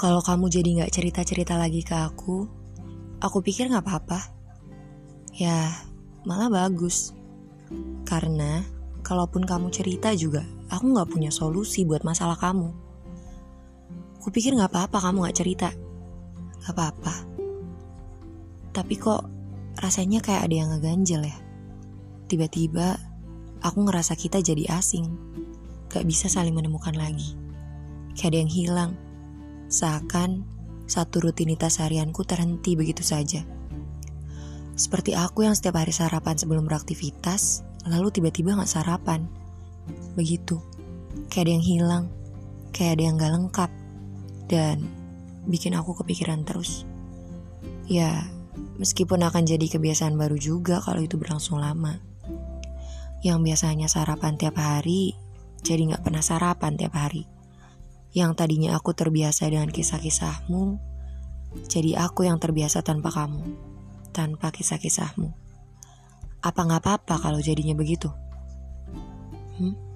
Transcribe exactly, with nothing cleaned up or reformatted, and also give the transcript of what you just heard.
Kalau kamu jadi gak cerita-cerita lagi ke aku, aku pikir gak apa-apa. Ya, malah bagus. Karena, kalaupun kamu cerita juga, aku gak punya solusi buat masalah kamu. Aku pikir gak apa-apa kamu gak cerita. Gak apa-apa. Tapi kok rasanya kayak ada yang ngeganjel ya. Tiba-tiba, aku ngerasa kita jadi asing. Gak bisa saling menemukan lagi. Kayak ada yang hilang. Seakan satu rutinitas harianku terhenti begitu saja. Seperti aku yang setiap hari sarapan sebelum beraktivitas, lalu tiba-tiba gak sarapan. Begitu. Kayak ada yang hilang. Kayak ada yang gak lengkap. Dan bikin aku kepikiran terus. Ya, meskipun akan jadi kebiasaan baru juga kalau itu berlangsung lama. Yang biasanya sarapan tiap hari, jadi gak pernah sarapan tiap hari. Yang tadinya aku terbiasa dengan kisah-kisahmu, jadi aku yang terbiasa tanpa kamu, tanpa kisah-kisahmu. Apa gak apa-apa kalau jadinya begitu? Hmm?